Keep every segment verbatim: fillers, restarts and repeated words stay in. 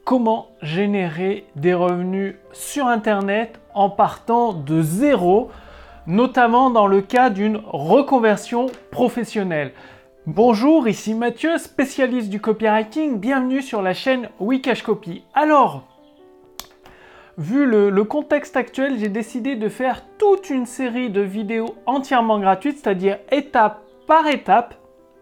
comment générer des revenus sur Internet en partant de zéro, notamment dans le cas d'une reconversion professionnelle. Bonjour, ici Mathieu, spécialiste du copywriting, bienvenue sur la chaîne Wikash Copy. Alors, vu le, le contexte actuel, j'ai décidé de faire toute une série de vidéos entièrement gratuites, c'est-à-dire étape par étape,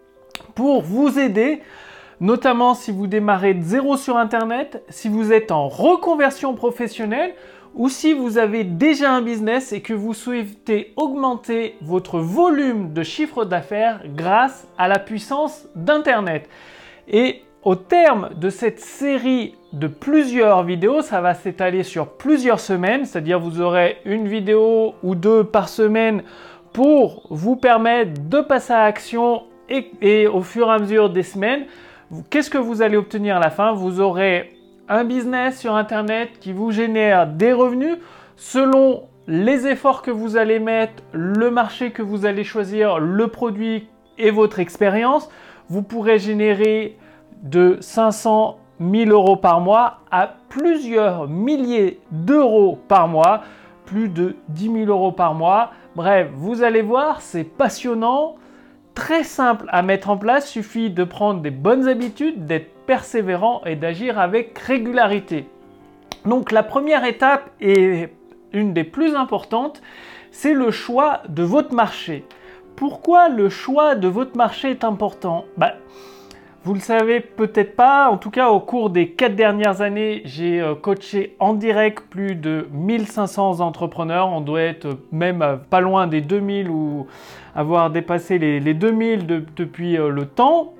pour vous aider, notamment si vous démarrez de zéro sur Internet, si vous êtes en reconversion professionnelle ou si vous avez déjà un business et que vous souhaitez augmenter votre volume de chiffre d'affaires grâce à la puissance d'Internet. Et au terme de cette série de plusieurs vidéos, ça va s'étaler sur plusieurs semaines, c'est-à-dire vous aurez une vidéo ou deux par semaine pour vous permettre de passer à l'action et, et au fur et à mesure des semaines, qu'est-ce que vous allez obtenir à la fin? Vous aurez un business sur Internet qui vous génère des revenus selon les efforts que vous allez mettre, le marché que vous allez choisir, le produit et votre expérience. Vous pourrez générer de cinq cents mille euros par mois à plusieurs milliers d'euros par mois, plus de dix mille euros par mois. Bref, vous allez voir, c'est passionnant. Très simple à mettre en place, suffit de prendre des bonnes habitudes, d'être persévérant et d'agir avec régularité. Donc la première étape et une des plus importantes, c'est le choix de votre marché. Pourquoi le choix de votre marché est important? Bah, vous le savez peut-être pas, en tout cas au cours des quatre dernières années, j'ai coaché en direct plus de mille cinq cents entrepreneurs. On doit être même pas loin des deux mille ou avoir dépassé les, les deux mille de, depuis le temps.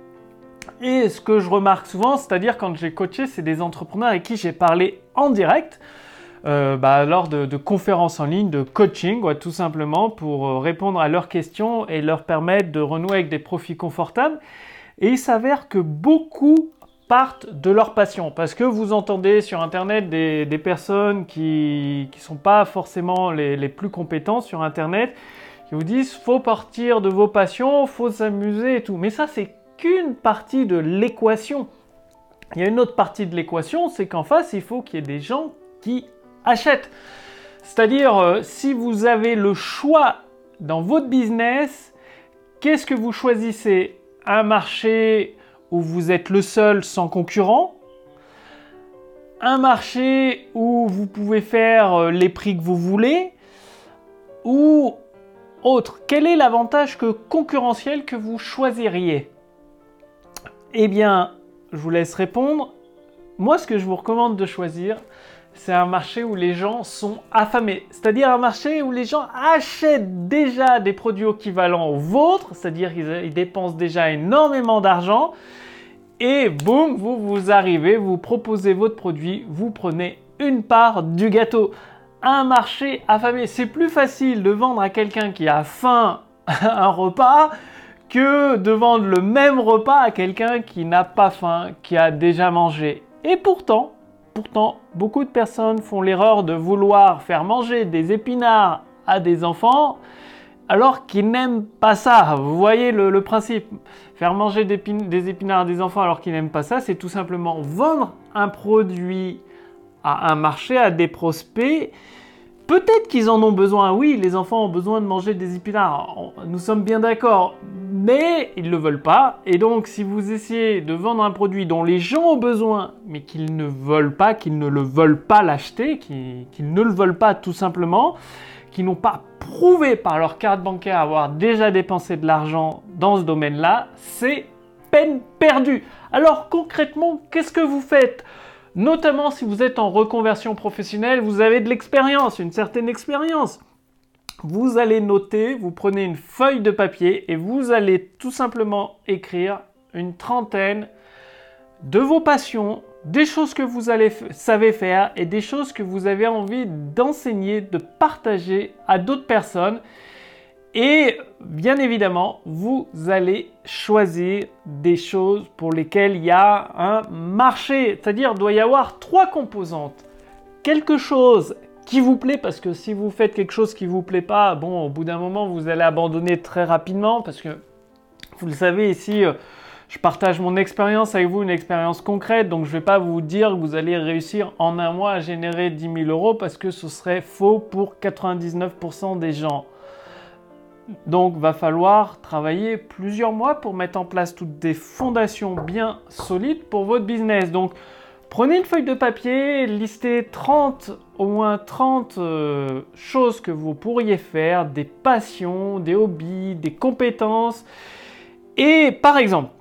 Et ce que je remarque souvent, c'est-à-dire quand j'ai coaché, c'est des entrepreneurs avec qui j'ai parlé en direct euh, bah, lors de, de conférences en ligne, de coaching, ouais, tout simplement pour répondre à leurs questions et leur permettre de renouer avec des profits confortables. Et il s'avère que beaucoup partent de leur passion parce que vous entendez sur Internet des, des personnes qui ne sont pas forcément les, les plus compétents sur Internet qui vous disent « faut partir de vos passions, faut s'amuser et tout ». Mais ça, c'est qu'une partie de l'équation. Il y a une autre partie de l'équation, c'est qu'en face, il faut qu'il y ait des gens qui achètent. C'est-à-dire, euh, si vous avez le choix dans votre business, qu'est-ce que vous choisissez ? Un marché où vous êtes le seul sans concurrent, un marché où vous pouvez faire les prix que vous voulez, ou autre. Quel est l'avantage que concurrentiel que vous choisiriez? Eh bien, je vous laisse répondre. Moi, ce que je vous recommande de choisir, c'est un marché où les gens sont affamés. C'est-à-dire un marché où les gens achètent déjà des produits équivalents aux vôtres, c'est-à-dire qu'ils dépensent déjà énormément d'argent. Et boum, vous, vous arrivez, vous proposez votre produit, vous prenez une part du gâteau. Un marché affamé, c'est plus facile de vendre à quelqu'un qui a faim un repas que de vendre le même repas à quelqu'un qui n'a pas faim, qui a déjà mangé. Et pourtant, Pourtant, beaucoup de personnes font l'erreur de vouloir faire manger des épinards à des enfants alors qu'ils n'aiment pas ça. Vous voyez le, le principe. Faire manger des, des épinards à des enfants alors qu'ils n'aiment pas ça, c'est tout simplement vendre un produit à un marché, à des prospects. Peut-être qu'ils en ont besoin, oui, les enfants ont besoin de manger des épinards, nous sommes bien d'accord, mais ils ne le veulent pas. Et donc, si vous essayez de vendre un produit dont les gens ont besoin, mais qu'ils ne veulent pas, qu'ils ne le veulent pas l'acheter, qu'ils, qu'ils ne le veulent pas tout simplement, qu'ils n'ont pas prouvé par leur carte bancaire avoir déjà dépensé de l'argent dans ce domaine-là, c'est peine perdue. Alors concrètement, qu'est-ce que vous faites ? Notamment si vous êtes en reconversion professionnelle, vous avez de l'expérience, une certaine expérience. Vous allez noter, vous prenez une feuille de papier et vous allez tout simplement écrire une trentaine de vos passions, des choses que vous allez, savez faire et des choses que vous avez envie d'enseigner, de partager à d'autres personnes. Et bien évidemment, vous allez choisir des choses pour lesquelles il y a un marché. C'est-à-dire, il doit y avoir trois composantes. Quelque chose qui vous plaît, parce que si vous faites quelque chose qui ne vous plaît pas, bon, au bout d'un moment, vous allez abandonner très rapidement, parce que, vous le savez, ici, Je partage mon expérience avec vous, une expérience concrète, donc je ne vais pas vous dire que vous allez réussir en un mois à générer dix mille euros parce que ce serait faux pour quatre-vingt-dix-neuf pour cent des gens. Donc, va falloir travailler plusieurs mois pour mettre en place toutes des fondations bien solides pour votre business. Donc, prenez une feuille de papier, listez trente, au moins trente euh, choses que vous pourriez faire, des passions, des hobbies, des compétences. Et par exemple,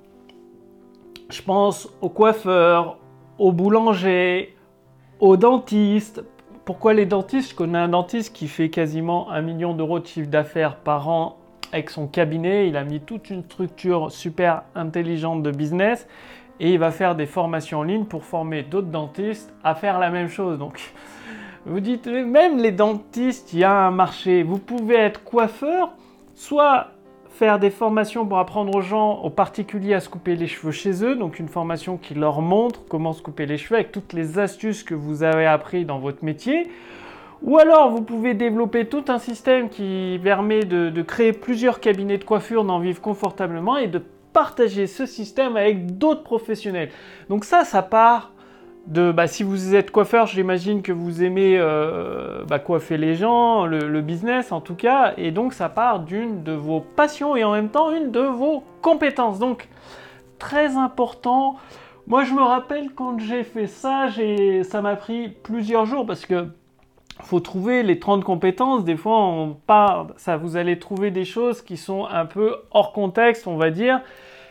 je pense aux coiffeurs, aux boulangers, aux dentistes. Pourquoi les dentistes? Je connais un dentiste qui fait quasiment un million d'euros de chiffre d'affaires par an avec son cabinet. Il a mis toute une structure super intelligente de business et il va faire des formations en ligne pour former d'autres dentistes à faire la même chose. Donc, vous dites, même les dentistes, il y a un marché. Vous pouvez être coiffeur, soit faire des formations pour apprendre aux gens, aux particuliers, à se couper les cheveux chez eux. Donc, une formation qui leur montre comment se couper les cheveux avec toutes les astuces que vous avez appris dans votre métier. Ou alors, vous pouvez développer tout un système qui permet de, de créer plusieurs cabinets de coiffure, d'en vivre confortablement et de partager ce système avec d'autres professionnels. Donc ça, ça part de, bah, si vous êtes coiffeur, j'imagine que vous aimez euh, bah, coiffer les gens, le, le business en tout cas, et donc ça part d'une de vos passions et en même temps une de vos compétences. Donc très important. Moi, je me rappelle quand j'ai fait ça, j'ai, ça m'a pris plusieurs jours parce que faut trouver les trente compétences. Des fois, on part, ça, vous allez trouver des choses qui sont un peu hors contexte, on va dire,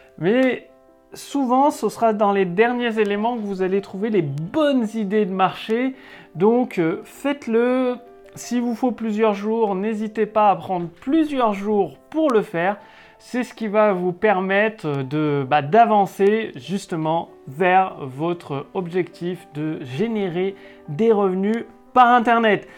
mais souvent, ce sera dans les derniers éléments que vous allez trouver les bonnes idées de marché. Donc, euh, faites-le. S'il vous faut plusieurs jours, n'hésitez pas à prendre plusieurs jours pour le faire. C'est ce qui va vous permettre de, bah, d'avancer justement vers votre objectif de générer des revenus par Internet.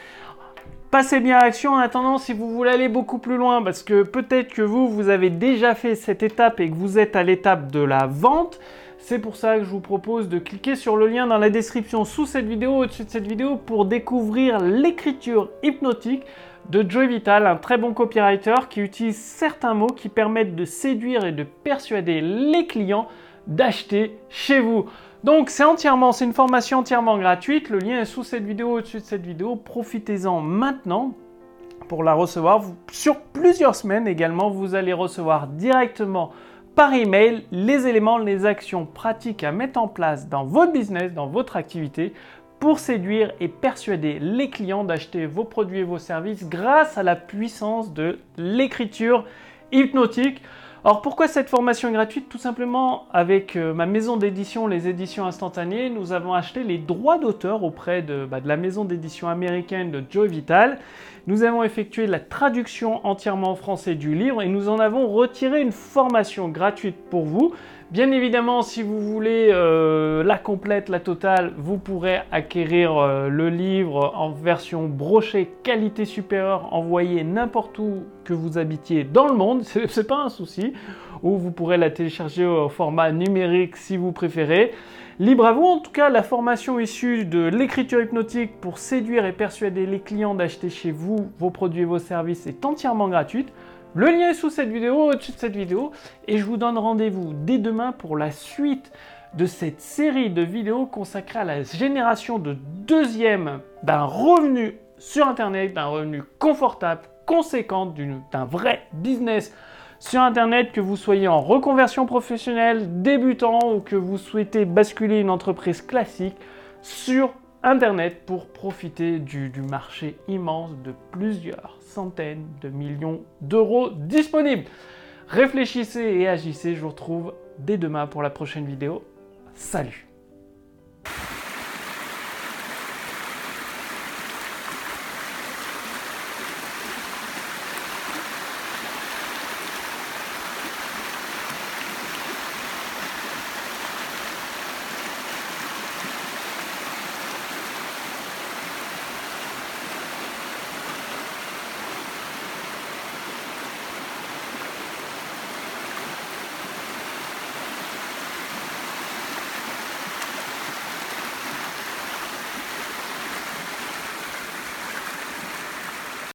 Passez bien à l'action en attendant si vous voulez aller beaucoup plus loin parce que peut-être que vous, vous avez déjà fait cette étape et que vous êtes à l'étape de la vente. C'est pour ça que je vous propose de cliquer sur le lien dans la description sous cette vidéo, au-dessus de cette vidéo pour découvrir l'écriture hypnotique de Joey Vital, un très bon copywriter qui utilise certains mots qui permettent de séduire et de persuader les clients d'acheter chez vous. Donc c'est entièrement, c'est une formation entièrement gratuite, le lien est sous cette vidéo, au-dessus de cette vidéo, profitez-en maintenant pour la recevoir. Sur plusieurs semaines également, vous allez recevoir directement par email les éléments, les actions pratiques à mettre en place dans votre business, dans votre activité pour séduire et persuader les clients d'acheter vos produits et vos services grâce à la puissance de l'écriture hypnotique. Alors pourquoi cette formation est gratuite? Tout simplement avec euh, ma maison d'édition, les éditions instantanées, nous avons acheté les droits d'auteur auprès de, bah, de la maison d'édition américaine de Joey Vital. Nous avons effectué la traduction entièrement en français du livre et nous en avons retiré une formation gratuite pour vous. Bien évidemment, si vous voulez euh, la complète, la totale, vous pourrez acquérir euh, le livre en version brochée qualité supérieure, envoyé n'importe où que vous habitiez dans le monde, c'est pas un souci, ou vous pourrez la télécharger au format numérique si vous préférez. Libre à vous, en tout cas, la formation issue de l'écriture hypnotique pour séduire et persuader les clients d'acheter chez vous vos produits et vos services est entièrement gratuite. Le lien est sous cette vidéo, au-dessus de cette vidéo, et je vous donne rendez-vous dès demain pour la suite de cette série de vidéos consacrée à la génération de deuxième d'un revenu sur Internet, d'un revenu confortable, conséquent, d'un vrai business sur Internet, que vous soyez en reconversion professionnelle, débutant ou que vous souhaitez basculer une entreprise classique sur Internet pour profiter du, du marché immense de plusieurs centaines de millions d'euros disponibles. Réfléchissez et agissez, je vous retrouve dès demain pour la prochaine vidéo. Salut!